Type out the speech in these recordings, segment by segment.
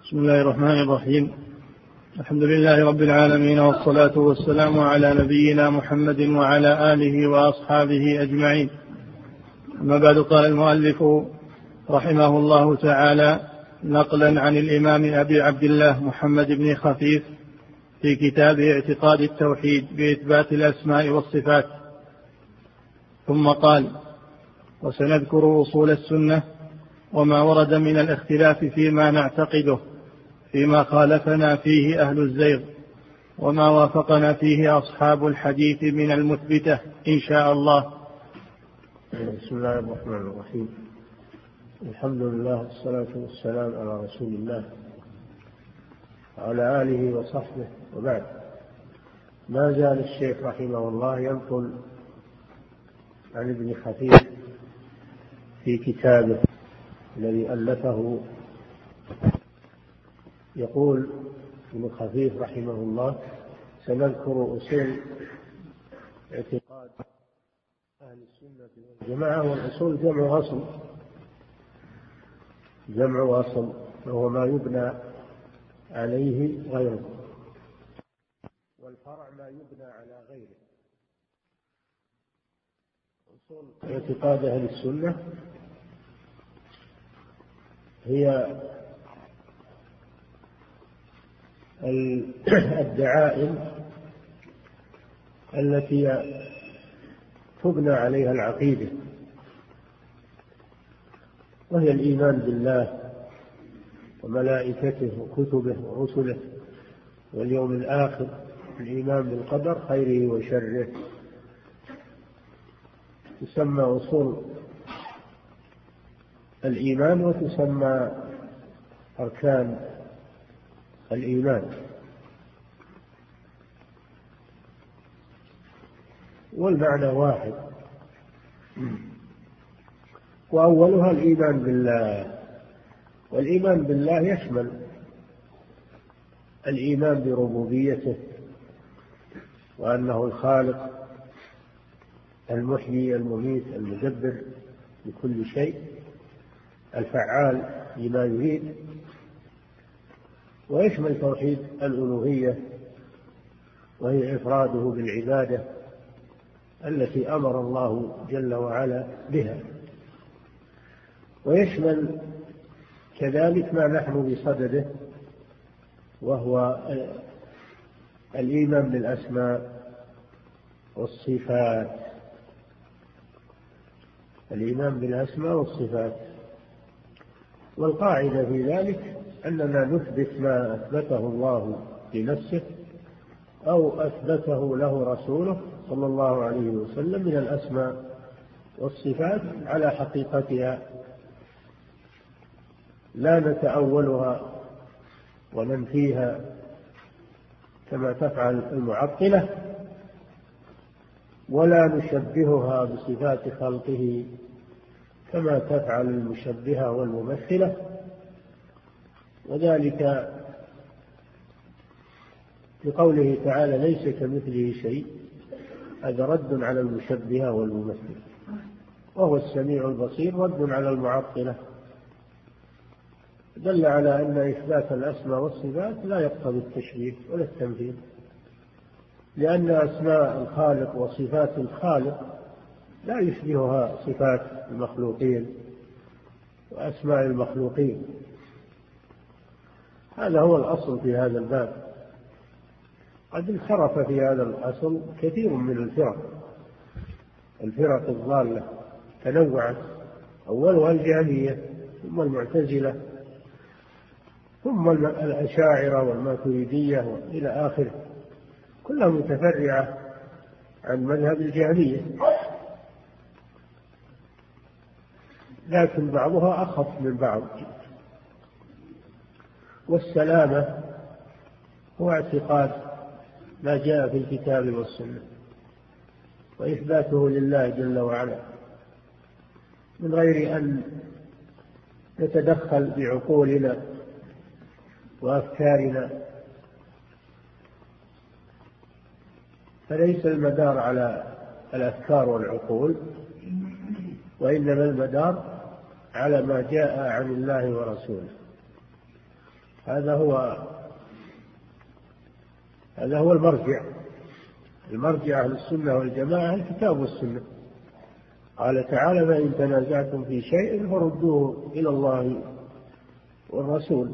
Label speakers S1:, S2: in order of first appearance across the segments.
S1: بسم الله الرحمن الرحيم. الحمد لله رب العالمين، والصلاة والسلام على نبينا محمد وعلى آله وأصحابه أجمعين. أما بعد، قال المؤلف رحمه الله تعالى نقلا عن الإمام أبي عبد الله محمد بن خفيف في كتابه اعتقاد التوحيد بإثبات الأسماء والصفات، ثم قال: وسنذكر أصول السنة وما ورد من الاختلاف فيما نعتقده، فيما خالفنا فيه أهل الزيغ، وما وافقنا فيه أصحاب الحديث من المثبتة إن شاء الله.
S2: بسم الله الرحمن الرحيم. الحمد لله والصلاة والسلام على رسول الله وعلى آله وصحبه، وبعد. ما زال الشيخ رحمه الله ينقل عن ابن خفيف في كتابه الذي ألفه. يقول ابن خفيف رحمه الله: سنذكر أصول اعتقاد أهل السنة والجماعة. والأصول جمع أصل وهو ما يبنى عليه غيره، والفرع ما يبنى على غيره. أصول اعتقاد أهل السنة هي الدعائم التي تبنى عليها العقيدة، وهي الإيمان بالله وملائكته وكتبه ورسله واليوم الآخر، الإيمان بالقدر خيره وشره. تسمى أصول الإيمان وتسمى أركان الإيمان، والمعنى واحد، وأولها الإيمان بالله. والإيمان بالله يشمل الإيمان بربوبيته، وأنه الخالق المحيي المميت المدبر لكل شيء، الفعال لما يريد. ويشمل توحيد الألوهية، وهي إفراده بالعبادة التي أمر الله جل وعلا بها. ويشمل كذلك ما نحن بصدده، وهو الإيمان بالأسماء والصفات. الإيمان بالأسماء والصفات، والقاعدة في ذلك أننا نثبت ما أثبته الله لنفسه أو أثبته له رسوله صلى الله عليه وسلم من الأسماء والصفات على حقيقتها، لا نتأولها وننفيها كما تفعل المعطلة، ولا نشبهها بصفات خلقه كما تفعل المشبهة والممثلة. وذلك لقوله تعالى: ليس كمثله شيء. هذا رد على المشبهة والممثلة، وهو السميع البصير رد على المعطلة. دل على أن إثبات الأسماء والصفات لا يقتضي التشبيه ولا التمثيل، لأن أسماء الخالق وصفات الخالق لا يشبهها صفات المخلوقين وأسماء المخلوقين. هذا هو الأصل في هذا الباب. قد انحرف في هذا الأصل كثير من الفرق الضالة، تنوعت، أولها الجهمية، ثم المعتزلة، ثم الأشاعرة والماتريدية إلى آخره، كلها متفرعة عن مذهب الجهمية، لكن بعضها أخف من بعض. والسلامة هو اعتقاد ما جاء في الكتاب والسنة وإثباته لله جل وعلا من غير أن نتدخل بعقولنا وأفكارنا. فليس المدار على الأفكار والعقول، وإنما المدار على ما جاء عن الله ورسوله. هذا هو المرجع أهل السنة والجماعة الكتاب والسنة. قال تعالى: فإن تنازعتم في شيء فردوه إلى الله والرسول.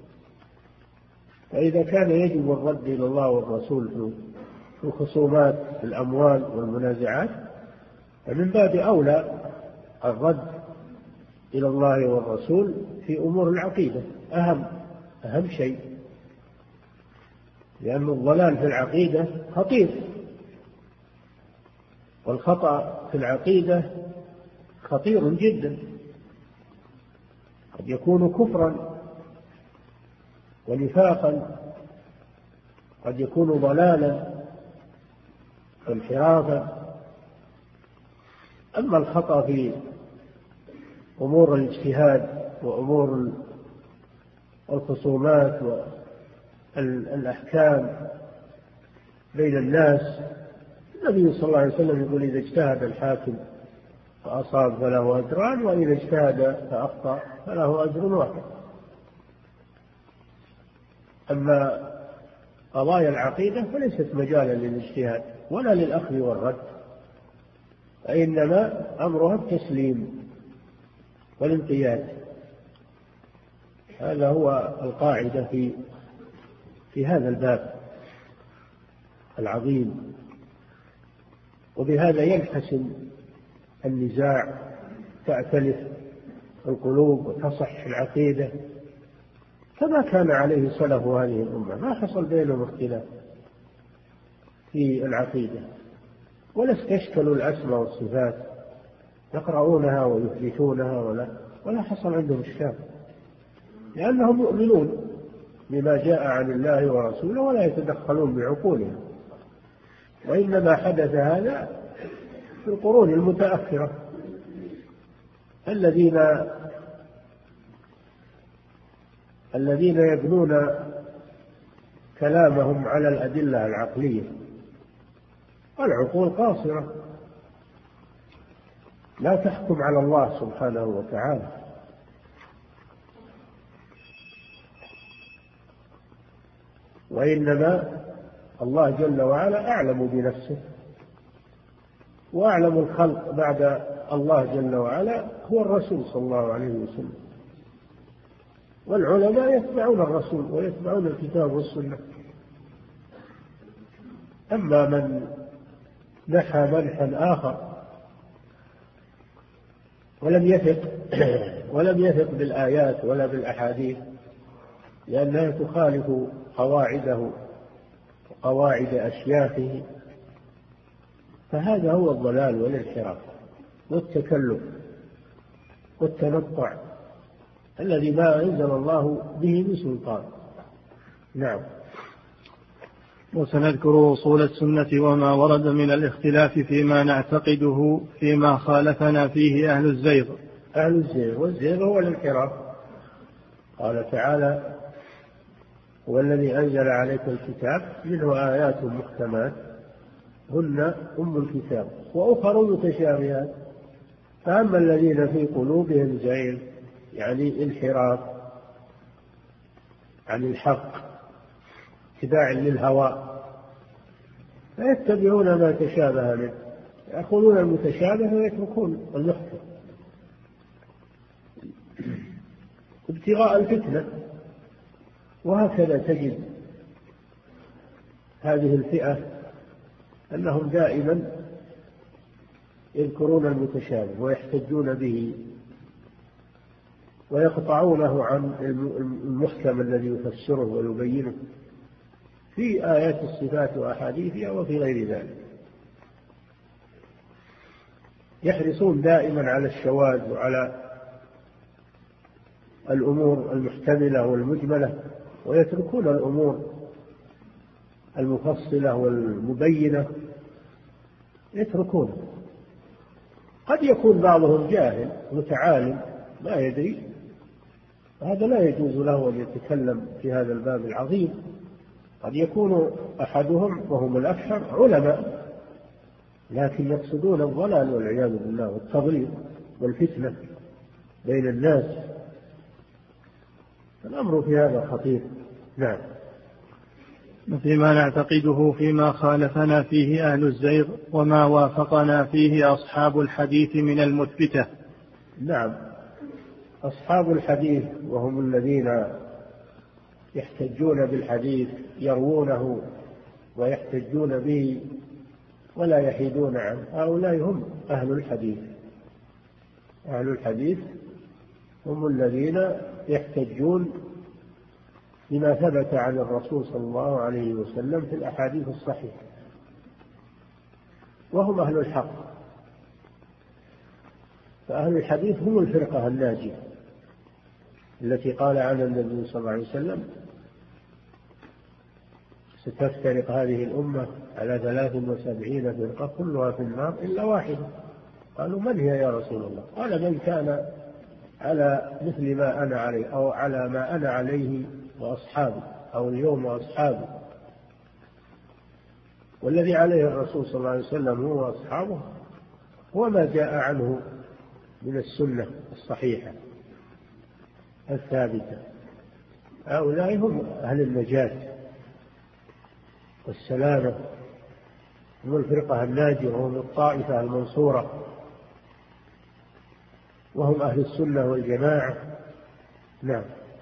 S2: فإذا كان يجب الرد إلى الله والرسول في الخصومات في الأموال والمنازعات، فمن باب أولى الرد إلى الله والرسول في أمور العقيدة، أهم شيء، لأن الضلال في العقيدة خطير، والخطأ في العقيدة خطير جدا، قد يكون كفرا ونفاقا، قد يكون ضلالا وانحرافا. أما الخطأ في أمور الاجتهاد وأمور الخصومات والأحكام بين الناس، النبي صلى الله عليه وسلم يقول: إذا اجتهد الحاكم فأصاب فله أجران، وإذا اجتهد فأخطأ فله أجر واحد. أما قضايا العقيدة فليست مجالا للاجتهاد ولا للأخذ والرد، فإنما أمرها التسليم والانقياد. هذا هو القاعدة في هذا الباب العظيم. وبهذا ينحسم النزاع، تأتلف القلوب وتصح العقيدة كما كان عليه سلف هذه الأمة. ما حصل بينهم اختلاف في العقيدة، ولا استشكلوا الأسماء والصفات يقرؤونها ويثبتونها، ولا حصل عندهم إشكال، لأنهم يؤمنون بما جاء عن الله ورسوله ولا يتدخلون بعقولهم. وإنما حدث هذا في القرون المتأخرة، الذين يبنون كلامهم على الأدلة العقلية، والعقول قاصرة لا تحكم على الله سبحانه وتعالى. وإنما الله جل وعلا أعلم بنفسه، وأعلم الخلق بعد الله جل وعلا هو الرسول صلى الله عليه وسلم، والعلماء يتبعون الرسول ويتبعون الكتاب والسنة. أما من نحى منحا آخر ولم يثق بالآيات ولا بالأحاديث لأنها تخالف قواعده وقواعد أشياخه، فهذا هو الضلال والانحراف والتكلف والتنطع الذي ما أنزل الله به من سلطان. نعم.
S1: وسنذكر أصول السنة وما ورد من الاختلاف فيما نعتقده فيما خالفنا فيه أهل الزيغ.
S2: والزيغ هو الانحراف. قال تعالى: هو الذي أنزل عليك الكتاب منه آيات محكمات هن أم الكتاب وأخر متشابهات، فأما الذين في قلوبهم زيغ يعني انحراف عن الحق، اتباع للهوى، فيتبعون ما تشابه منه، يأخذون المتشابه ويتركون المحكم ابتغاء الفتنة. وهكذا تجد هذه الفئة أنهم دائما يذكرون المتشابه ويحتجون به ويقطعونه عن المحكم الذي يفسره ويبينه في آيات الصفات وأحاديثها وفي غير ذلك. يحرصون دائما على الشواذ وعلى الأمور المحتملة والمجملة، ويتركون الأمور المفصلة والمبينة يتركون. قد يكون بعضهم جاهل متعالم لا يدري، هذا لا يجوز له أن يتكلم في هذا الباب العظيم. قد يكون أحدهم وهم الأكثر علماء لكن يقصدون الضلال والعياذ بالله والتضليل والفتنة بين الناس، الأمر في هذا خطير. نعم.
S1: فيما نعتقده فيما خالفنا فيه أهل الزيغ وما وافقنا فيه أصحاب الحديث من المثبتة.
S2: نعم، أصحاب الحديث وهم الذين يحتجون بالحديث، يروونه ويحتجون به ولا يحيدون عنه، هؤلاء هم أهل الحديث. أهل الحديث هم الذين يحتجون بما ثبت عن الرسول صلى الله عليه وسلم في الأحاديث الصحيحة، وهم أهل الحق. فأهل الحديث هم الفرقة الناجية التي قال عنها النبي صلى الله عليه وسلم: ستفترق هذه الأمة على 73 فرقة كلها في النار إلا واحدة. قالوا: من هي يا رسول الله؟ قال: من كان على مثل ما أنا عليه، أو على ما أنا عليه وأصحابي، أو اليوم وأصحابي. والذي عليه الرسول صلى الله عليه وسلم هو وأصحابه هو ما جاء عنه من السنة الصحيحة الثابتة. هؤلاء هم أهل النجاة والسلامة، هم الفرقة الناجية، وهم الطائفة المنصورة، وهم أهل السنة والجماعة. نعم.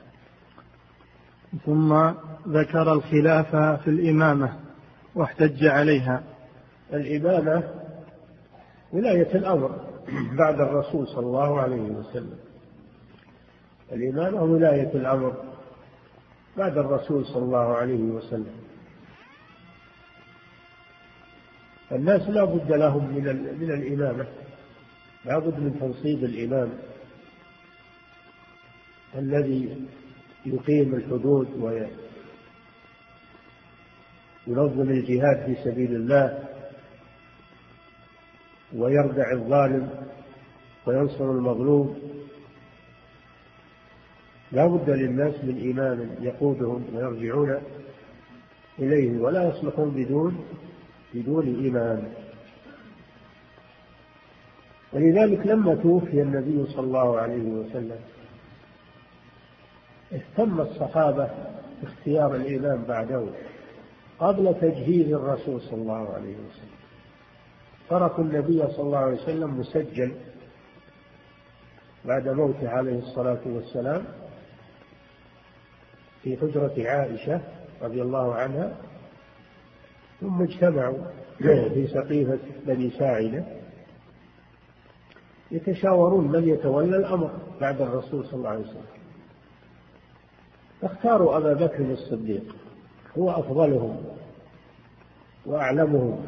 S1: ثم ذكر الخلاف في الإمامة واحتج عليها.
S2: الإمامة ولاية الأمر بعد الرسول صلى الله عليه وسلم. الإمامة ولاية الأمر بعد الرسول صلى الله عليه وسلم. الناس لا بد لهم من الإمامة، لا بد من تنصيب الإمام الذي يقيم الحدود وينظم الجهاد في سبيل الله ويردع الظالم وينصر المظلوم. لا بد للناس من إمام يقودهم ويرجعون إليه، ولا يصلحون بدون إمام. ولذلك لما توفي النبي صلى الله عليه وسلم اهتم الصحابة باختيار الإمام بعده قبل تجهيز الرسول صلى الله عليه وسلم. تركوا النبي صلى الله عليه وسلم مسجل بعد موته عليه الصلاة والسلام في حجرة عائشة رضي الله عنها، ثم اجتمعوا في سقيفة بني ساعدة يتشاورون من يتولى الأمر بعد الرسول صلى الله عليه وسلم. فاختاروا أبا بكر الصديق، هو أفضلهم وأعلمهم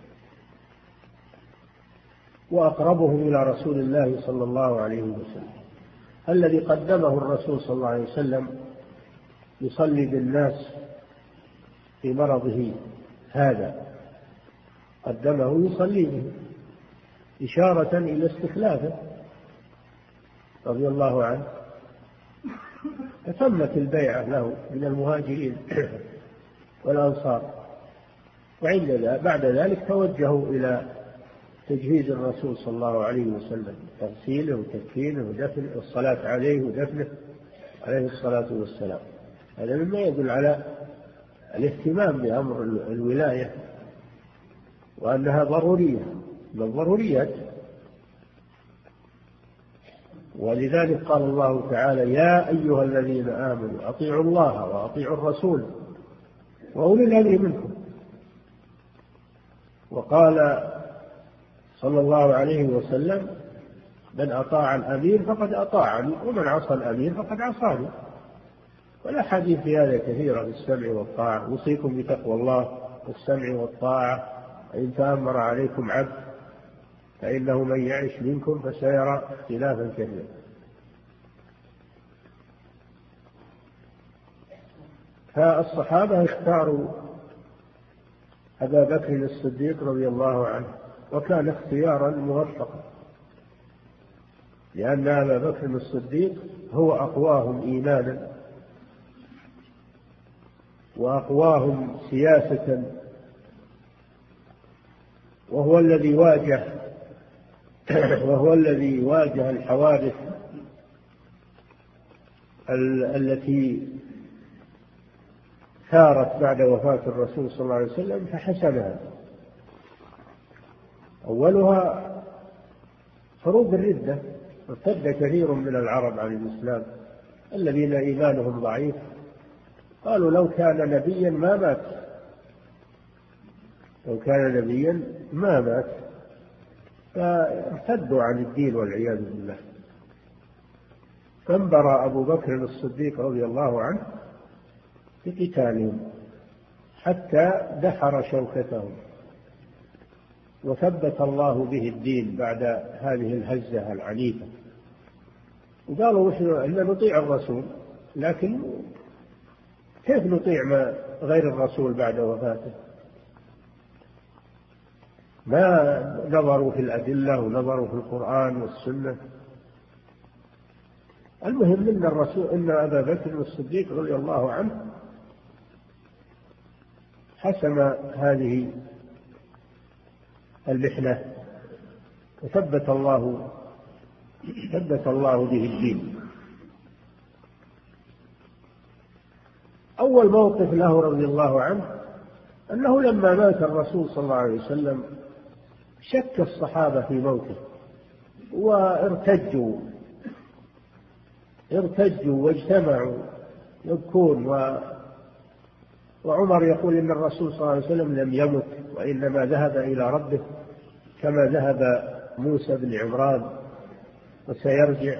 S2: وأقربهم إلى رسول الله صلى الله عليه وسلم، الذي قدمه الرسول صلى الله عليه وسلم يصلي بالناس في مرضه هذا، قدمه يصلي به إشارة إلى استخلافه رضي الله عنه. فتمت البيعة له من المهاجرين والأنصار. بعد ذلك توجهوا إلى تجهيز الرسول صلى الله عليه وسلم، تغسيله وتكفينه ودفنه والصلاة عليه ودفنه عليه الصلاة والسلام. هذا مما يدل على الاهتمام بأمر الولاية وأنها ضرورية من الضروريات. ولذلك قال الله تعالى: يا أيها الذين آمنوا أطيعوا الله وأطيعوا الرسول وأولي الأمر منكم. وقال صلى الله عليه وسلم: من أطاع الأمير فقد أطاعني ومن عصى الأمير فقد عصاني. والأحاديث في هذا كثيرة في السمع والطاعة. أوصيكم بتقوى الله والسمع والطاعة. إن تأمر عليكم عبد فإنه من يعش منكم فسيرى اختلافا كثيرا. فالصحابة اختاروا أبا بكر الصديق رضي الله عنه، وكان اختيارا موفقا، لأن أبا بكر الصديق هو أقواهم إيمانا وأقواهم سياسة، وهو الذي واجه الحوادث التي ثارت بعد وفاة الرسول صلى الله عليه وسلم فحسمها. أولها حروب الردة، ارتد كثير من العرب عن الإسلام الذين إيمانهم ضعيف، قالوا لو كان نبيا ما مات، لو كان نبيا ما مات، فارتدوا عن الدين والعياذ بالله. فانبر أبو بكر الصديق رضي الله عنه بقتالهم حتى دحر شوكتهم، وثبت الله به الدين بعد هذه الهزة العنيفة. وقالوا إن نطيع الرسول، لكن كيف نطيع غير الرسول بعد وفاته؟ ما نظروا في الأدلة ونظروا في القرآن والسنة. المهم إن أبا بكر الصديق رضي الله عنه حسم هذه المحنة وثبت الله به الدين. أول موقف له رضي الله عنه أنه لما مات الرسول صلى الله عليه وسلم شك الصحابة في موته وارتجوا واجتمعوا يبكون، وعمر يقول إن الرسول صلى الله عليه وسلم لم يمت وإنما ذهب إلى ربه كما ذهب موسى بن عمران وسيرجع.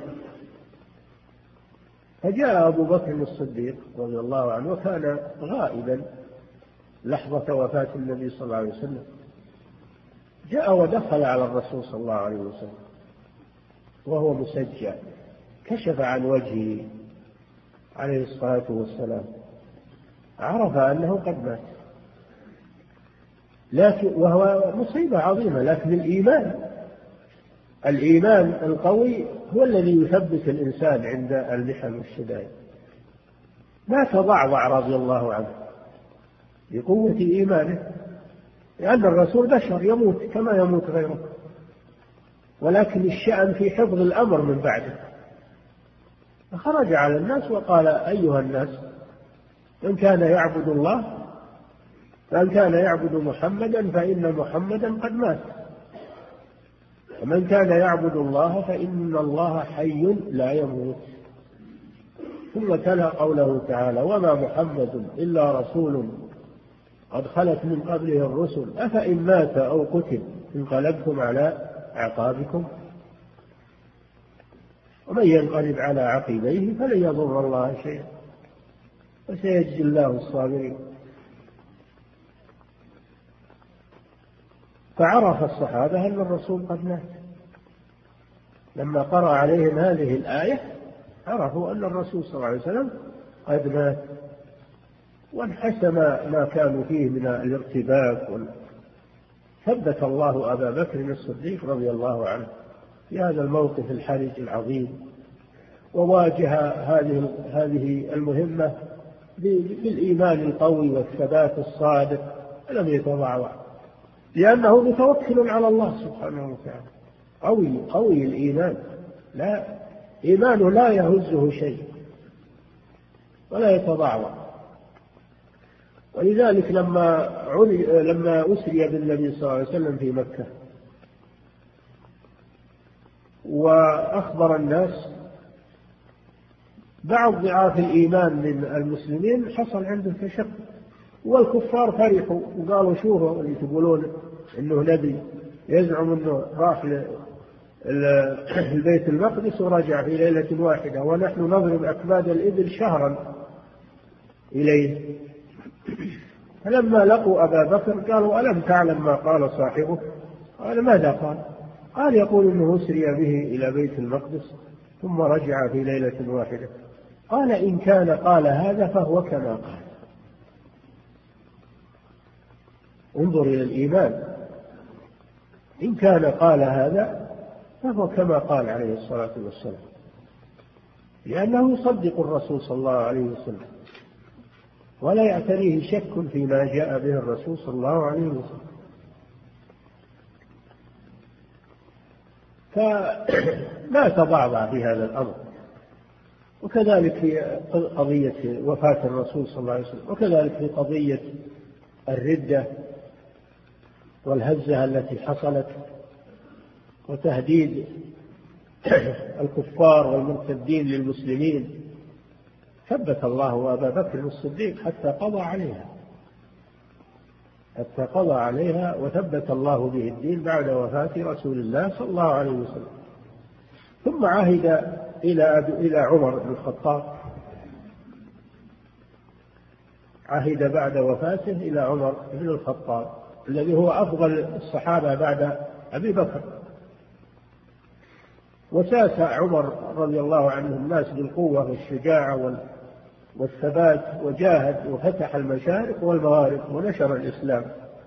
S2: فجاء أبو بكر الصديق رضي الله عنه وكان غائبا لحظة وفاة النبي صلى الله عليه وسلم، جاء ودخل على الرسول صلى الله عليه وسلم وهو مسجع، كشف عن وجهه عليه الصلاة والسلام، عرف أنه قد مات، وهو مصيبة عظيمة. لكن الإيمان القوي هو الذي يثبت الإنسان عند المحن والشدائد. ما تضعضع رضي الله عنه بقوة إيمانه، لأن الرسول بشر يموت كما يموت غيره، ولكن الشأن في حفظ الأمر من بعده. فخرج على الناس وقال: أيها الناس، من كان يعبد الله فمن كان يعبد محمدا فإن محمدا قد مات، ومن كان يعبد الله فإن الله حي لا يموت. ثم تلا قوله تعالى: وما محمد إلا رسول قد خلت من قبله الرسل أفإن مات أو قتل انقلبتم على أعقابكم ومن ينقلب على عقبيه فلن يضر الله شيئا وسيجزي الله الصابرين. فعرف الصحابة أن الرسول قد مات، لما قرأ عليهم هذه الآية عرفوا أن الرسول صلى الله عليه وسلم قد مات، وانحسم ما كانوا فيه من الارتباك. ثبت الله أبا بكر الصديق رضي الله عنه في هذا الموقف الحرج العظيم، وواجه هذه المهمة بالإيمان القوي والثبات الصادق، لم يتضعضع، لأنه متوكل على الله سبحانه وتعالى، قوي الإيمان، إيمانه لا يهزه شيء ولا يتضعضع. ولذلك لما أسري بالنبي صلى الله عليه وسلم في مكة وأخبر الناس، بعض ضعاف الإيمان من المسلمين حصل عنده تشقق، والكفار فرحوا وقالوا: شوفوا اللي تقولون إنه نبي يزعم إنه راح البيت المقدس ورجع في ليلة واحدة، ونحن نضرب أكباد الإبل شهرا إليه. فلما لقوا أبا بكر قالوا: ألم تعلم ما قال صاحبه؟ قال: ماذا قال؟ قال: يقول إنه أسري به إلى بيت المقدس ثم رجع في ليلة واحدة. قال: إن كان قال هذا فهو كما قال. انظر إلى الإيمان، إن كان قال هذا فهو كما قال عليه الصلاة والسلام، لأنه يصدق الرسول صلى الله عليه وسلم ولا يعتريه شك فيما جاء به الرسول صلى الله عليه وسلم. فما تضعضع في هذا الأمر، وكذلك في قضية وفاة الرسول صلى الله عليه وسلم، وكذلك في قضية الردة والهزة التي حصلت وتهديد الكفار والمرتدين للمسلمين. ثبت الله أبا بكر الصديق حتى قضى عليها وثبت الله به الدين بعد وفاة رسول الله صلى الله عليه وسلم. ثم عهد إلى عمر بن الخطاب، عهد بعد وفاته إلى عمر بن الخطاب الذي هو أفضل الصحابة بعد أبي بكر. وساس عمر رضي الله عنه الناس بالقوة والشجاعة والثبات، وجاهد وفتح المشارق والمغارب ونشر الإسلام.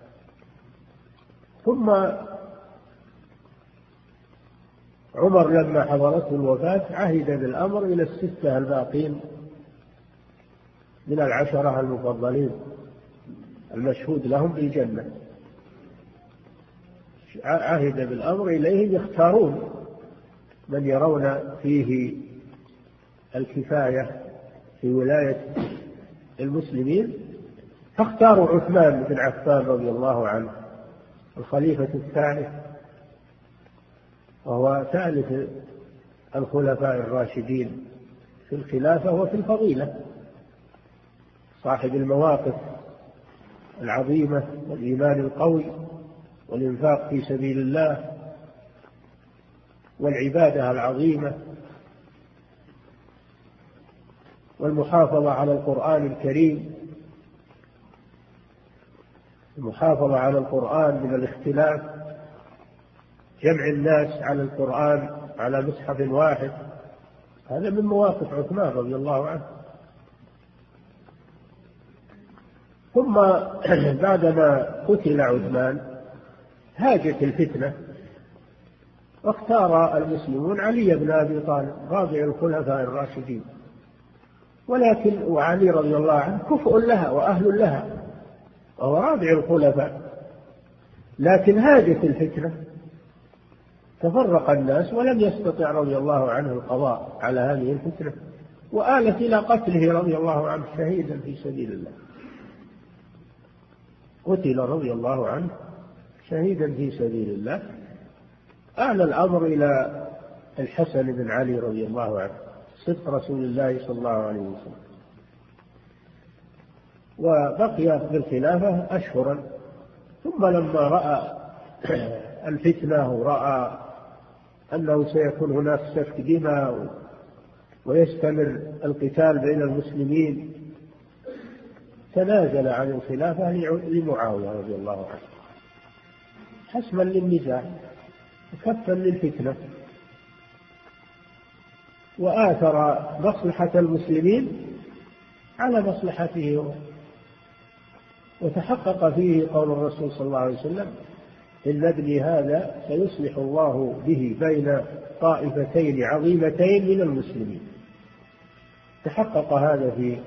S2: ثم عمر لما حضرته الوفاة عهد بالأمر إلى الستة الباقين من العشرة المفضلين المشهود لهم بالجنة، عهد بالأمر إليهم يختارون من يرون فيه الكفاية في ولاية المسلمين، فاختاروا عثمان بن عفان رضي الله عنه الخليفة الثالث، وهو ثالث الخلفاء الراشدين في الخلافة وفي الفضيلة، صاحب المواقف العظيمة والإيمان القوي والإنفاق في سبيل الله والعبادة العظيمة والمحافظة على القرآن الكريم، المحافظة على القرآن من الاختلاف، جمع الناس على القرآن على مصحف واحد، هذا من مواقف عثمان رضي الله عنه. ثم بعدما قتل عثمان هاجت الفتنة، واختار المسلمون علي بن أبي طالب رابع الخلفاء الراشدين، ولكن وعلي رضي الله عنه كفء لها وأهل لها وهو رابع الخلفاء، لكن هاجت الفتنة تفرق الناس ولم يستطع رضي الله عنه القضاء على هذه الفتنة، وآلت إلى قتله رضي الله عنه شهيدا في سبيل الله، قتل رضي الله عنه شهيدا في سبيل الله. آل الأمر إلى الحسن بن علي رضي الله عنه صدق رسول الله صلى الله عليه وسلم، وبقي بالخلافة أشهرا. ثم لما رأى الفتنة ورأى أنه سيكون هناك سفك دماء ويستمر القتال بين المسلمين تنازل عن الخلافة لمعاوية رضي الله عنه حسما للنزاع وكفا للفتنة، وآثر مصلحة المسلمين على مصلحته هو، وتحقق فيه قول الرسول صلى الله عليه وسلم: إن ابني هذا سيصلح الله به بين طائفتين عظيمتين من المسلمين. تحقق هذا في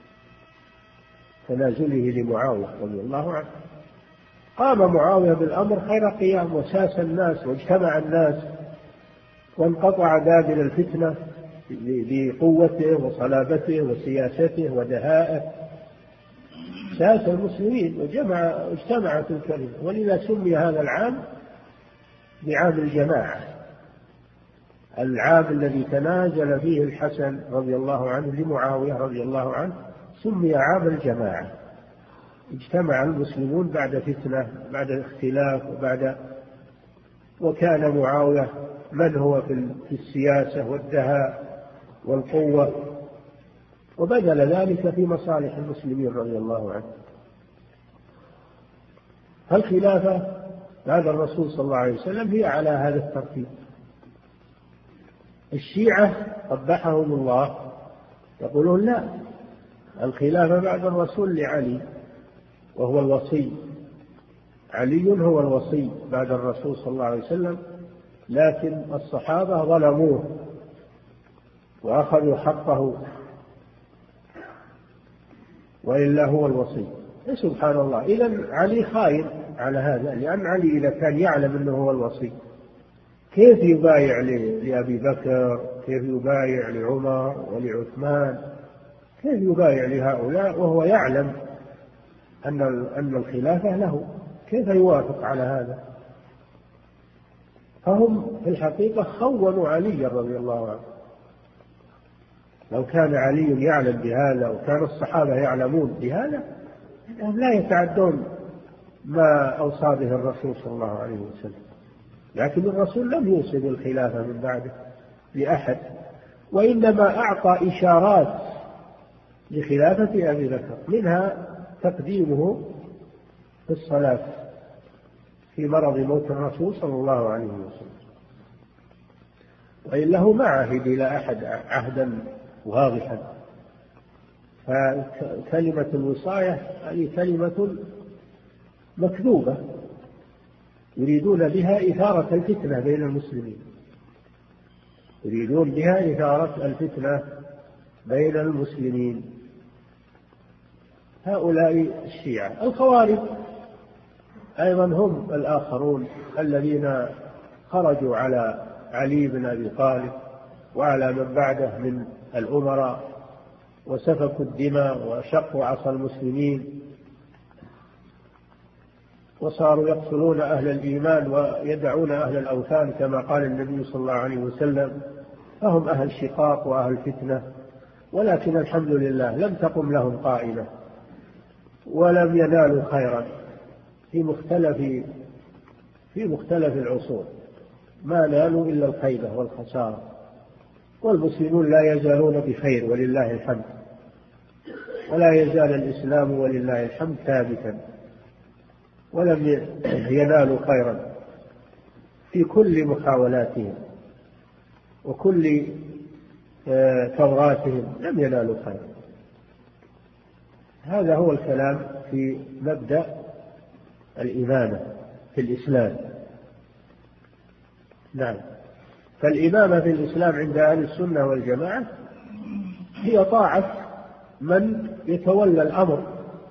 S2: تنازله لمعاوية رضي الله عنه. قام معاوية بالأمر خير قيام، وساس الناس واجتمع الناس وانقطع دابر الفتنة بقوته وصلابته وسياسته ودهائه، ساس المسلمين واجتمعت الكلمة، ولذا سمي هذا العام بعام الجماعة، العام الذي تنازل فيه الحسن رضي الله عنه لمعاوية رضي الله عنه سمي عام الجماعة. اجتمع المسلمون بعد فتنة، بعد اختلاف، وكان معاوية من هو في السياسة والدهاء والقوة، وبذل ذلك في مصالح المسلمين رضي الله عنه. فالخلافة بعد الرسول صلى الله عليه وسلم هي على هذا الترتيب. الشيعة قبحهم الله يقولون لا، الخلافة بعد الرسول لعلي وهو الوصي، علي هو الوصي بعد الرسول صلى الله عليه وسلم، لكن الصحابة ظلموه وأخذوا حقه وإلا هو الوصي. سبحان الله، إذن علي خائن على هذا، لأن علي إذا كان يعلم أنه هو الوصي كيف يبايع لأبي بكر، كيف يبايع لعمر ولعثمان، كيف يبايع لهؤلاء وهو يعلم أن الخلافة له؟ كيف يوافق على هذا؟ فهم في الحقيقة خونوا علي رضي الله عنه. لو كان علي يعلم بهذا وكان الصحابة يعلمون بهذا لا يتعدون ما أوصى به الرسول صلى الله عليه وسلم. لكن الرسول لم يوصي بالخلافة من بعده لأحد، وإنما أعطى إشارات لخلافة أبي بكر، منها تقديمه في الصلاة في مرض موت الرسول صلى الله عليه وسلم، وإلا هو ما عهد إلى أحد عهدا واضحا. فكلمة الوصاية هذه كلمة مكذوبة يريدون بها إثارة الفتنة بين المسلمين، يريدون بها إثارة الفتنة بين المسلمين. هؤلاء الشيعة. الخوارج أيضا هم الآخرون الذين خرجوا على علي بن أبي طالب وعلى من بعده من الأمراء وسفكوا الدماء وشقوا عصا المسلمين وصاروا يقتلون أهل الإيمان ويدعون أهل الأوثان كما قال النبي صلى الله عليه وسلم. فهم أهل شقاق وأهل فتنة، ولكن الحمد لله لم تقم لهم قائمة ولم ينالوا خيرا في مختلف العصور، ما نالوا إلا الخيبة والخسارة. والمسلمون لا يزالون بخير ولله الحمد، ولا يزال الإسلام ولله الحمد ثابتا، ولم ينالوا خيرا في كل محاولاتهم وكل ثوراتهم، لم ينالوا خيرا. هذا هو الكلام في مبدأ الإمامة في الإسلام. نعم. فالإمامة في الإسلام عند أهل السنة والجماعة هي طاعة من يتولى الأمر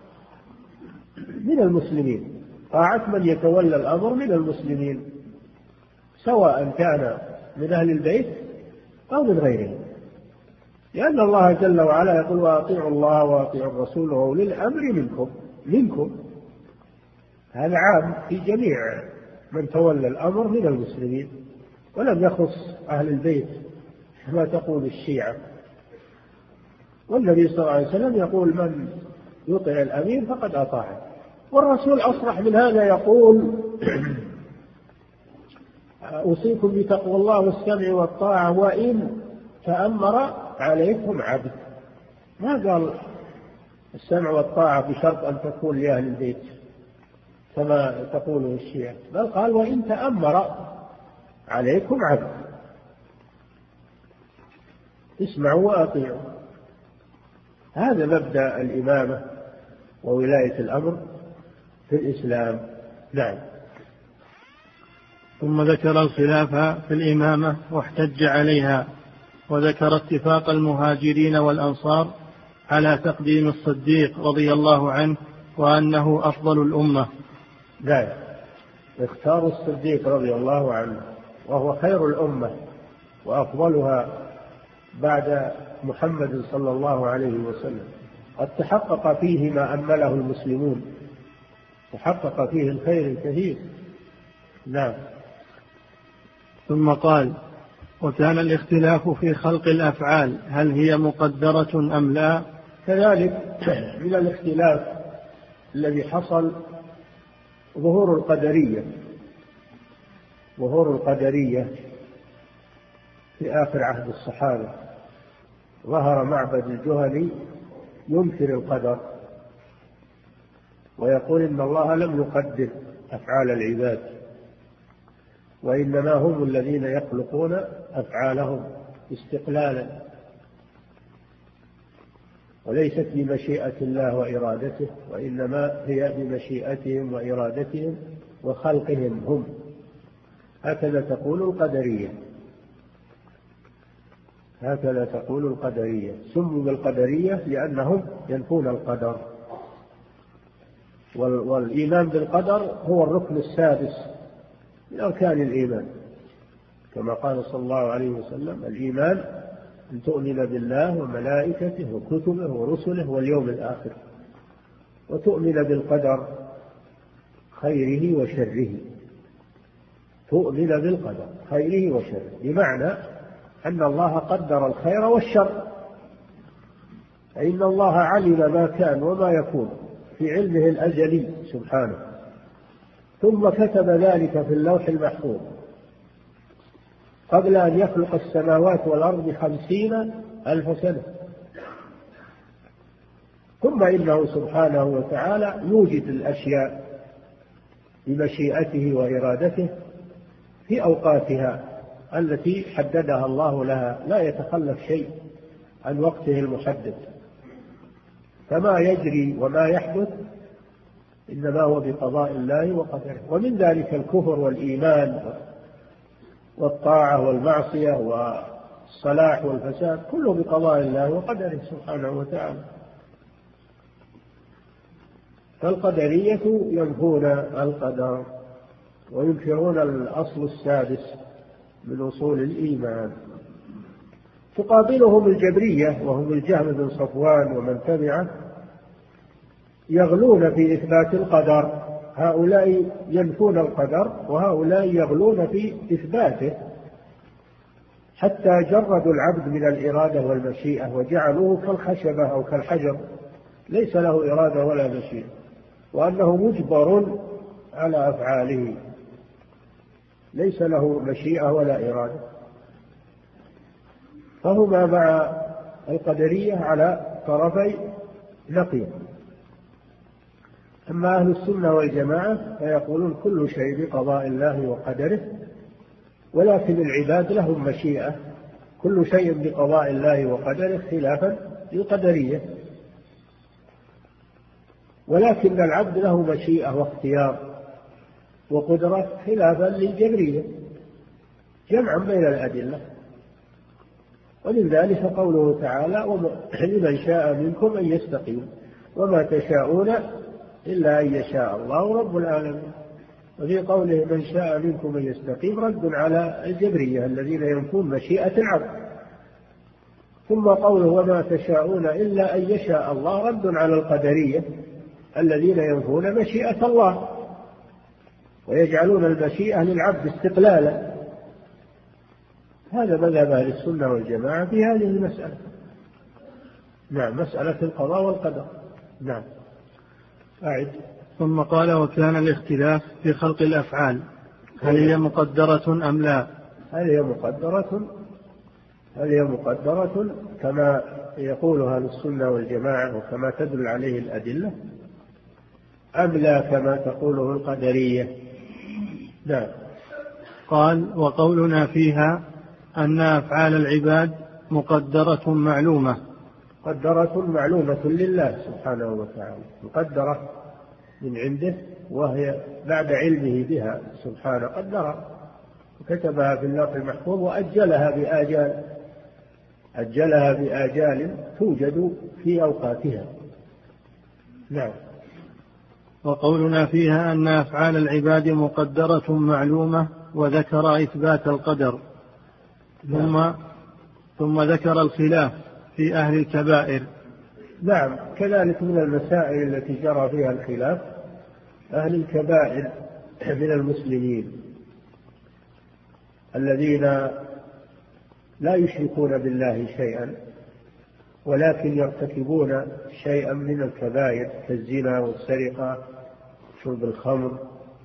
S2: من المسلمين، طاعة من يتولى الأمر من المسلمين، سواء كان من أهل البيت أو من غيرهم، لأن الله جل وعلا يقول: وأطيعوا الله وأطيعوا الرسول وأولي الأمر منكم. هذا عام في جميع من تولى الأمر من المسلمين، ولم يخص أهل البيت كما تقول الشيعة. والنبي صلى الله عليه وسلم يقول: من يطع الأمير فقد أطاعه. والرسول أصرح من هذا يقول: أوصيكم بتقوى الله والسمع والطاعة وإن تأمر عليكم عبد. ما قال السمع والطاعة بشرط أن تكون لأهل البيت كما تقوله الشيعة، بل قال: وإن تأمر عليكم عبد، اسمعوا وأطيعوا. هذا مبدأ الإمامة وولاية الأمر في الإسلام. نعم.
S1: ثم ذكر الخلاف في الإمامة واحتج عليها، وذكر اتفاق المهاجرين والأنصار على تقديم الصديق رضي الله عنه وأنه أفضل الأمة.
S2: نعم. اختاروا الصديق رضي الله عنه وهو خير الأمة وأفضلها بعد محمد صلى الله عليه وسلم. قد تحقق فيه ما أمله المسلمون، تحقق فيه الخير الكثير. نعم.
S1: ثم قال: وكان الاختلاف في خلق الأفعال هل هي مقدرة أم لا؟
S2: كذلك من الاختلاف الذي حصل ظهور القدرية في آخر عهد الصحابة. ظهر معبد الجهني ينكر القدر ويقول إن الله لم يقدر أفعال العباد، وإنما هم الذين يخلقون أفعالهم استقلالا، وليست بمشيئة الله وإرادته، وإنما هي بمشيئتهم وإرادتهم وخلقهم هم. هكذا تقول القدرية. سموا بالقدرية لأنهم ينفون القدر. والإيمان بالقدر هو الركن السادس من أركان الإيمان، كما قال صلى الله عليه وسلم: الإيمان أن تؤمن بالله وملائكته وكتبه ورسله واليوم الآخر، وتؤمن بالقدر خيره وشره. تؤمن بالقدر خيره وشره، بمعنى أن الله قدر الخير والشر، فإن الله علم ما كان وما يكون في علمه الأزلي سبحانه، ثم كتب ذلك في اللوح المحفوظ قبل أن يخلق السماوات والأرض 50,000 سنة. ثم إنه سبحانه وتعالى يوجد الأشياء بمشيئته وإرادته في أوقاتها التي حددها الله لها، لا يتخلف شيء عن وقته المحدد، فما يجري وما يحدث إنما هو بقضاء الله وقدره. ومن ذلك الكفر والإيمان والطاعة والمعصية والصلاح والفساد، كله بقضاء الله وقدره سبحانه وتعالى. فالقدرية ينفون القدر وينكرون الأصل السادس من أصول الإيمان. تقابلهم الجبرية وهم الجهم بن صفوان ومن تبعه، يغلون في إثبات القدر. هؤلاء ينفون القدر وهؤلاء يغلون في إثباته، حتى جردوا العبد من الإرادة والمشيئة وجعلوه كالخشبة أو كالحجر، ليس له إرادة ولا مشيئة، وأنه مجبر على أفعاله، ليس له مشيئة ولا إرادة. فهما مع القدرية على طرفي نقيض. أما أهل السنة والجماعة فيقولون كل شيء بقضاء الله وقدره، ولكن العباد لهم مشيئة، كل شيء بقضاء الله وقدره خلافا للقدرية، ولكن العبد له مشيئة واختيار وقدرة خلافا للجبرية، جمعا بين الأدلة. ومن ذلك قوله تعالى: لمن شاء منكم أن يستقيم وما تشاءون إلا أن يشاء الله رب العالمين. وفي قوله من شاء منكم أن يستقيم رد على الجبرية الذين ينفون مشيئة العبد. ثم قوله وما تشاءون إلا أن يشاء الله رد على القدرية الذين ينفون مشيئة الله ويجعلون المشيئة للعبد استقلالا. هذا مذهب أهل السنة والجماعة في هذه المسألة. نعم، مسألة القضاء والقدر. نعم. أعد.
S1: ثم قال: وكان الاختلاف في خلق الأفعال، هل هي مقدرة أم لا؟
S2: هل هي مقدرة كما يقول أهل السنة والجماعة وكما تدل عليه الأدلة، أم لا كما تقوله القدرية؟ نعم.
S1: قال: وقولنا فيها أن أفعال العباد مقدرة معلومة.
S2: مقدرة معلومة لله سبحانه وتعالى، مقدرة من عنده، وهي بعد علمه بها سبحانه قدرها وكتبها في اللوح المحفوظ وأجلها بآجال توجد في أوقاتها. نعم.
S1: وقولنا فيها أن أفعال العباد مقدرة معلومة، وذكر إثبات القدر. ثم ذكر الخلاف في أهل الكبائر.
S2: نعم، كذلك من المسائل التي جرى فيها الخلاف أهل الكبائر من المسلمين الذين لا يشركون بالله شيئا ولكن يرتكبون شيئا من الكبائر كالزنا والسرقة وشرب الخمر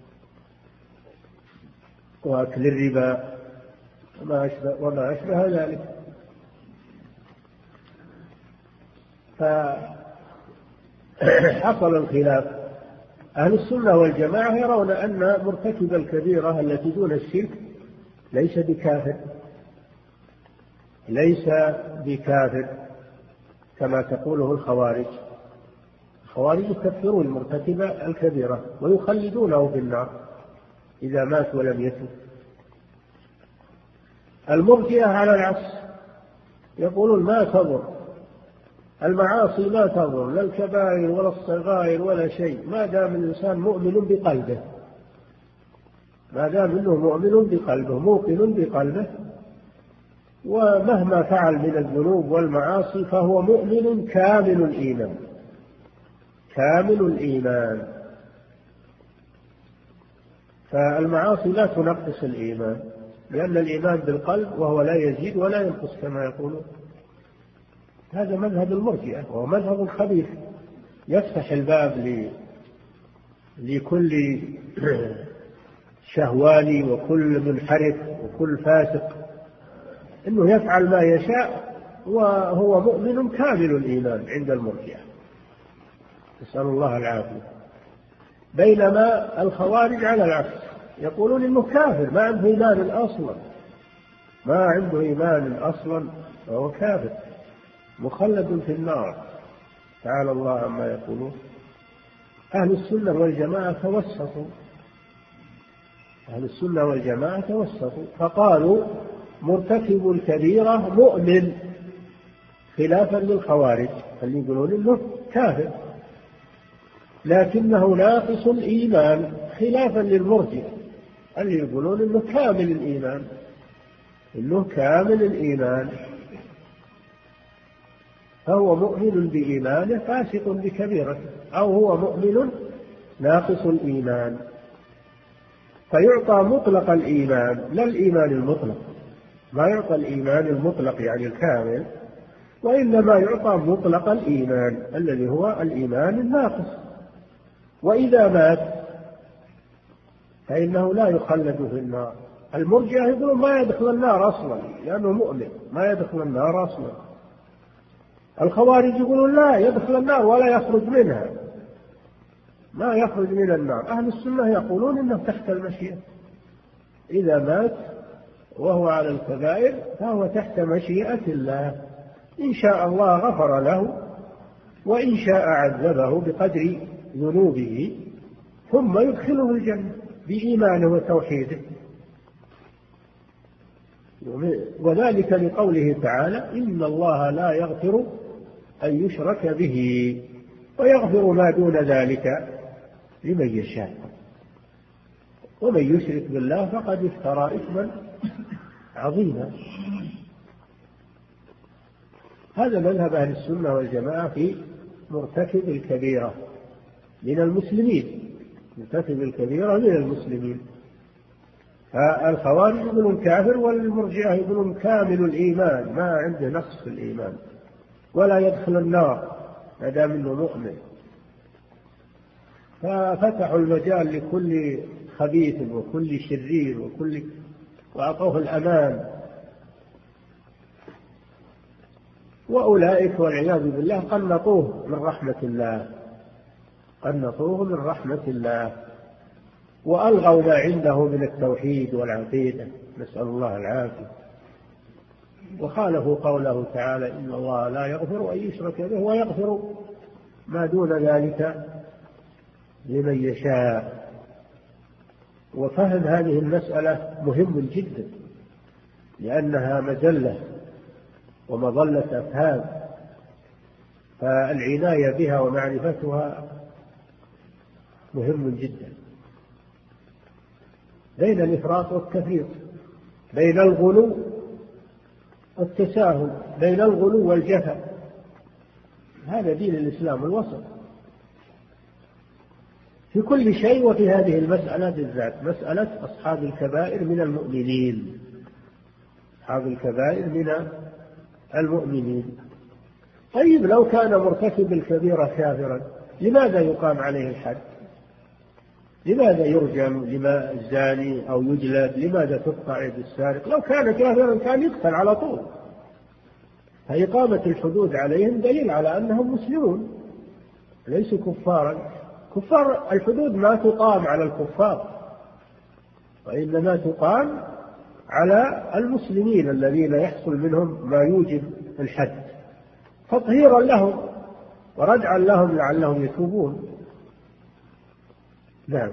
S2: وأكل الربا وما أشبه ذلك. فحصل الخلاف. أهل السنة والجماعة يرون أن مرتكب الكبيرة التي دون الشرك ليس بكافر كما تقوله الخوارج. الخوارج يكفرون مرتكب الكبيرة ويخلدونه في النار إذا مات ولم يتب. المرجئة على العكس يقولون ما تضر المعاصي، ما تضر لا الكبائر ولا الصغائر ولا شيء ما دام الإنسان مؤمن بقلبه. ما دام أنه مؤمن بقلبه موقن بقلبه، ومهما فعل من الذنوب والمعاصي فهو مؤمن كامل الإيمان، كامل الإيمان. فالمعاصي لا تنقص الإيمان، لأن الإيمان بالقلب وهو لا يزيد ولا ينقص كما يقولون. هذا مذهب المرجئة، وهو مذهب خبيث يفتح الباب لكل شهواني وكل منحرف وكل فاسق إنه يفعل ما يشاء وهو مؤمن كامل الإيمان عند المرجئة، نسأل الله العافية. بينما الخوارج على العكس، يقولون إنه كافر ما عنده إيمان أصلا، ما عنده إيمان أصلا، فهو كافر مخلد في النار، تعالى الله عما يقولون. أهل السنة والجماعة توسطوا، أهل السنة والجماعة توسطوا فقالوا مرتكب الكبيرة مؤمن، خلافا للخوارج اللي يقولون إنه كافر لكنه ناقص الإيمان، خلافا للمرجئة اللي يقولون إنه كامل الإيمان، إنه كامل الإيمان، فهو مؤمن بإيمانه فاسق بكبيرته، أو هو مؤمن ناقص الإيمان. فيعطى مطلق الإيمان لا الإيمان المطلق، ما يعطى الإيمان المطلق يعني الكامل، وإنما يعطى مطلق الإيمان الذي هو الإيمان الناقص. وإذا مات فإنه لا يخلد في النار. المرجئة يقولون ما يدخل النار أصلا لأنه مؤمن، ما يدخل النار أصلا. الخوارج يقولون لا يدخل النار ولا يخرج منها، ما يخرج من النار. أهل السنة يقولون إنه تحت المشيئة، إذا مات وهو على الكبائر فهو تحت مشيئة الله، إن شاء الله غفر له وإن شاء عذبه بقدر ذنوبه ثم يدخله الجنة بإيمانه وتوحيده. وذلك لقوله تعالى إن الله لا يغفر أن يشرك به ويغفر ما دون ذلك لمن يشاء، ومن يشرك بالله فقد افترى إثما عظيما. هذا مذهب أهل السنة والجماعة في مرتكب الكبيرة من المسلمين، مرتكب الكبيرة من المسلمين. فالخوارج يقولون كافر، والمرجئة يقولون كامل الإيمان ما عنده نقص في الإيمان ولا يدخل النار ما دام انه مؤمن. ففتحوا المجال لكل خبيث وكل شرير وأعطوه الأمان. وأولئك والعياذ بالله قنطوه من رحمة الله، قنطوه من رحمة الله، وألغوا ما عنده من التوحيد والعقيدة، نسأل الله العافية. وخالفوا قوله تعالى إن الله لا يغفر أن يشرك به ويغفر ما دون ذلك لمن يشاء. وفهم هذه المسألة مهم جدا، لأنها مجلة ومظلة أفهام، فالعناية بها ومعرفتها مهم جدا. بين الإفراط والتفريط، بين الغلو والتساهل، بين الغلو والجفا، هذا دين الإسلام الوسط في كل شيء. وفي هذه المسألة بالذات، مسألة أصحاب الكبائر من المؤمنين، أصحاب الكبائر من المؤمنين. طيب لو كان مرتكب الكبيرة كافرا لماذا يقام عليه الحد؟ لماذا يرجم لما الزاني أو يجلد؟ لماذا تقطع يد السارق؟ لو كان كافرا كان يقتل على طول. فإقامة الحدود عليهم دليل على أنهم مسلمون ليسوا كفارا. كفار الحدود ما تقام على الكفار، وإنما تقام على المسلمين الذين يحصل منهم ما يوجب الحد، تطهيرا لهم وردعا لهم لعلهم يتوبون. نعم.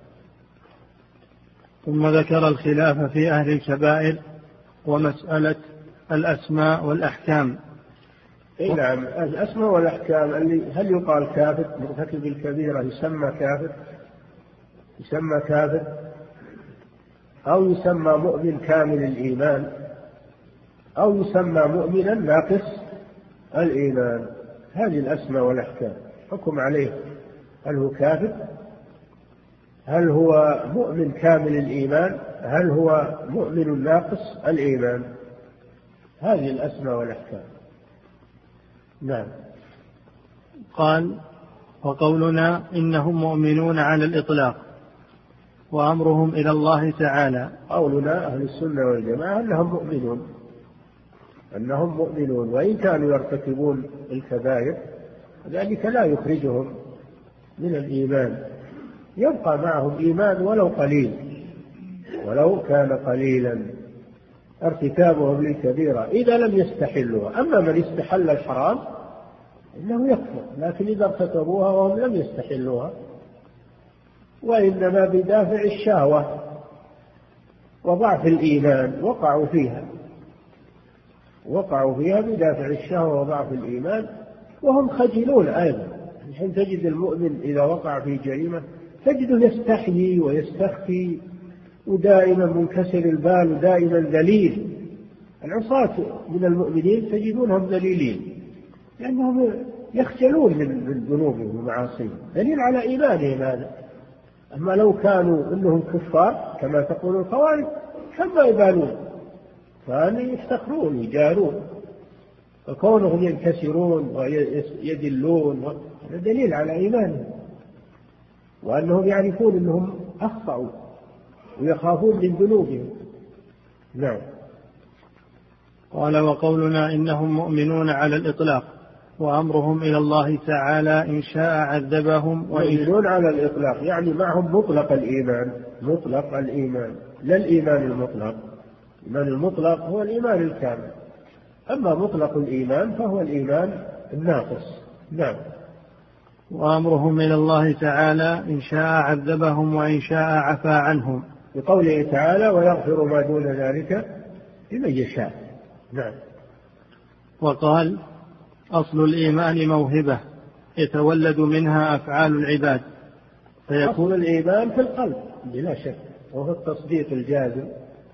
S1: ثم ذكر الخلاف في أهل الكبائر ومسألة الأسماء والأحكام.
S2: نعم، الأسماء والأحكام هل يقال كافر مرتكب الكبيرة يسمى كافر؟ يسمى كافر؟ أو يسمى مؤمن كامل الإيمان، أو يسمى مؤمنا ناقص الإيمان. هذه الأسماء والأحكام حكم عليه، هل هو كافر، هل هو مؤمن كامل الإيمان، هل هو مؤمن ناقص الإيمان. هذه الأسماء والأحكام. نعم.
S1: قال: وقولنا إنهم مؤمنون على الإطلاق وأمرهم إلى الله تعالى.
S2: قولنا أهل السنة والجماعة أنهم مؤمنون وإن كانوا يرتكبون الكبائر، ذلك لا يخرجهم من الإيمان، يبقى معهم إيمان ولو قليل، ولو كان قليلا ارتكابهم للكبيرة إذا لم يستحلوها. أما من استحل الحرام إنه يكفر، لكن إذا ارتكبوها وهم لم يستحلوها وإنما بدافع الشهوة وضعف الإيمان وقعوا فيها بدافع الشهوة وضعف الإيمان، وهم خجلون أيضا. حين تجد المؤمن إذا وقع في جريمة تجده يستحيي ويستخفي ودائما منكسر البال ودائما ذليل. العصاة من المؤمنين تجدونهم ذليلين لأنهم يخجلون من ذنوبهم ومعاصيهم، دليل على إيمانهم هذا. أما لو كانوا إنهم كفار كما تقول الخوارج كما يبالون، كانوا يفتخرون يجارون، فكونهم ينكسرون ويدلون هذا دليل على إيمانهم، وأنهم يعرفون أنهم أخطأوا ويخافون من ذنوبهم. نعم.
S1: قال: وقولنا إنهم مؤمنون على الإطلاق وأمرهم إلى الله تعالى إن شاء عذبهم
S2: مؤمنون على الإطلاق يعني معهم مطلق الإيمان لا الإيمان المطلق. الإيمان المطلق هو الإيمان الكامل، أما مطلق الإيمان فهو الإيمان الناقص. نعم.
S1: وأمرهم إلى الله تعالى إن شاء عذبهم وإن شاء عفى عنهم،
S2: بقوله تعالى: ويغفر ما دون ذلك لمن يشاء. نعم.
S1: وقال: أصل الإيمان موهبة يتولد منها أفعال العباد،
S2: أصل الإيمان في القلب بلا شك، وهو التصديق الجازم.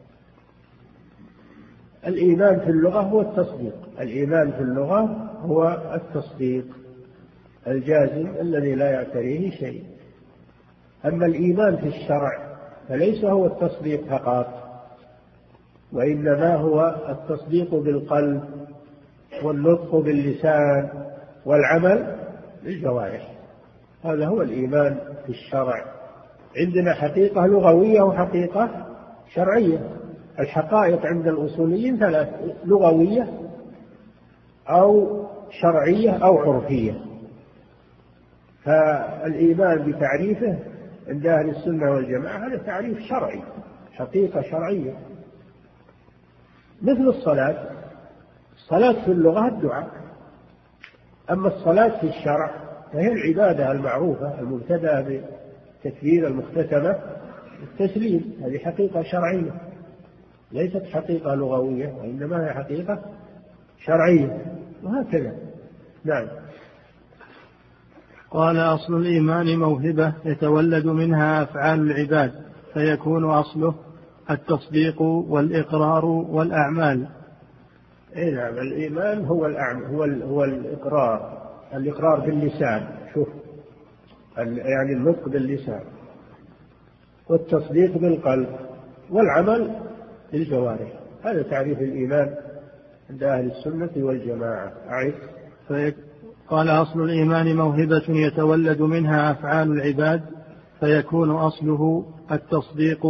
S2: الإيمان في اللغة هو التصديق، الإيمان في اللغة هو التصديق الجازم الذي لا يعتريه شيء. أما الإيمان في الشرع فليس هو التصديق فقط، وإنما هو التصديق بالقلب والنطق باللسان والعمل بالجوارح. هذا هو الإيمان في الشرع. عندنا حقيقة لغوية وحقيقة شرعية. الحقائق عند الأصوليين ثلاث: لغوية أو شرعية أو عرفية. فالإيمان بتعريفه عند أهل السنة والجماعة هذا تعريف شرعي، حقيقة شرعية. مثل الصلاة في اللغة الدعاء، أما الصلاة في الشرع فهي العبادة المعروفة المبتدأة بالتكبير المختتمة بالتسليم. هذه حقيقة شرعية ليست حقيقة لغوية، وإنما هي حقيقة شرعية، وهكذا. نعم.
S1: قال: أصل الإيمان موهبة يتولد منها أفعال العباد، فيكون أصله التصديق والإقرار والأعمال.
S2: نعم. الإيمان هو الإقرار باللسان، شوف يعني النطق باللسان، والتصديق بالقلب، والعمل بالجوارح. هذا تعريف الإيمان عند أهل السنة والجماعة. أعرف.
S1: قال: أصل الإيمان موهبة يتولد منها أفعال العباد، فيكون أصله التصديق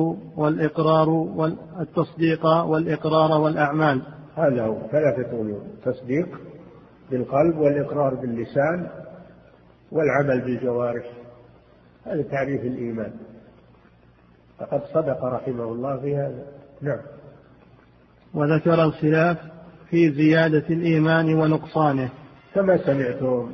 S1: والإقرار والأعمال.
S2: هذا هو ثلاثة أمور: التصديق بالقلب، والإقرار باللسان، والعمل بالجوارح. هذا تعريف الإيمان، فقد صدق رحمه الله في هذا. نعم.
S1: وذكر الخلاف في زيادة الإيمان ونقصانه
S2: كما سمعتم.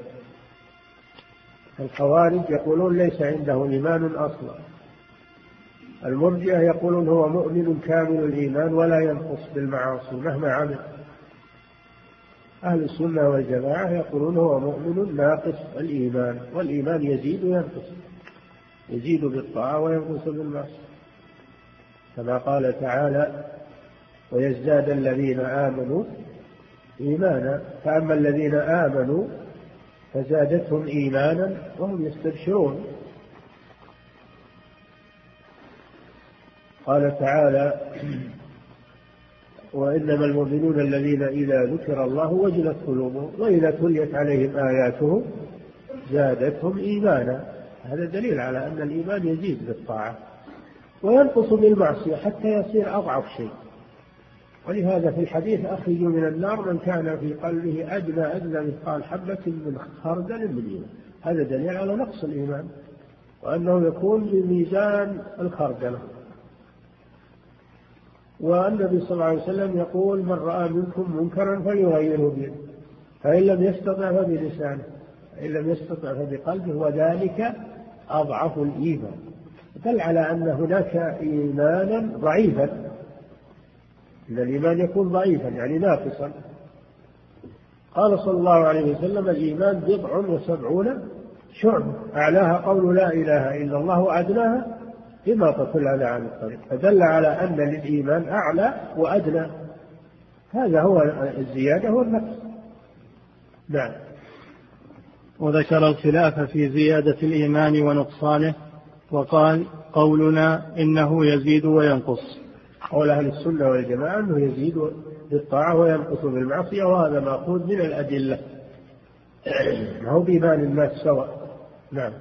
S2: الخوارج يقولون ليس عنده إيمان أصلا، المرجئة يقولون هو مؤمن كامل الإيمان ولا ينقص بالمعاصي مهما عمل. أهل السنة والجماعة يقولون هو مؤمن ناقص الإيمان، والإيمان يزيد وينقص، يزيد بالطاعة وينقص بالمعصية. كما قال تعالى ويزداد الذين آمنوا إيمانا. فأما الذين آمنوا فزادتهم إيمانا وهم يستبشرون. قال تعالى وإنما المؤمنون الذين إذا ذكر الله وجلت قلوبهم وإذا تليت عليهم آياته زادتهم إيمانا. هذا دليل على أن الإيمان يزيد بالطاعة وينقص بالمعصية حتى يصير أضعف شيء. ولهذا في الحديث أخرجوا من النار من كان في قلبه أدنى مثقال حبة من خردل من إيمان. هذا دليل على نقص الإيمان وأنه يكون بميزان الخردلة. والنبي صلى الله عليه وسلم يقول من رأى منكم منكرا فليغيره بيده فإن لم يستطع فبلسانه فإن لم يستطع فبقلبه وذلك أضعف الإيمان. دل على أن هناك إيمانا ضعيفا، إن الإيمان يكون ضعيفا يعني ناقصا. قال صلى الله عليه وسلم الإيمان 79 شعبة أعلاها قول لا إله إلا الله وأدناها إماطة الأذى عن الطريق. فدل على أن للإيمان أعلى وأدنى. هذا هو الزيادة والنقص. نعم.
S1: وذكر الخلاف في زيادة الإيمان ونقصانه وقال قولنا إنه يزيد وينقص.
S2: قول أهل السنة والجماعة أنه يزيد بالطاعة وينقص بالمعصية، وهذا مأخوذ من الأدلة، ما هو بإيمان الناس سواء. نعم.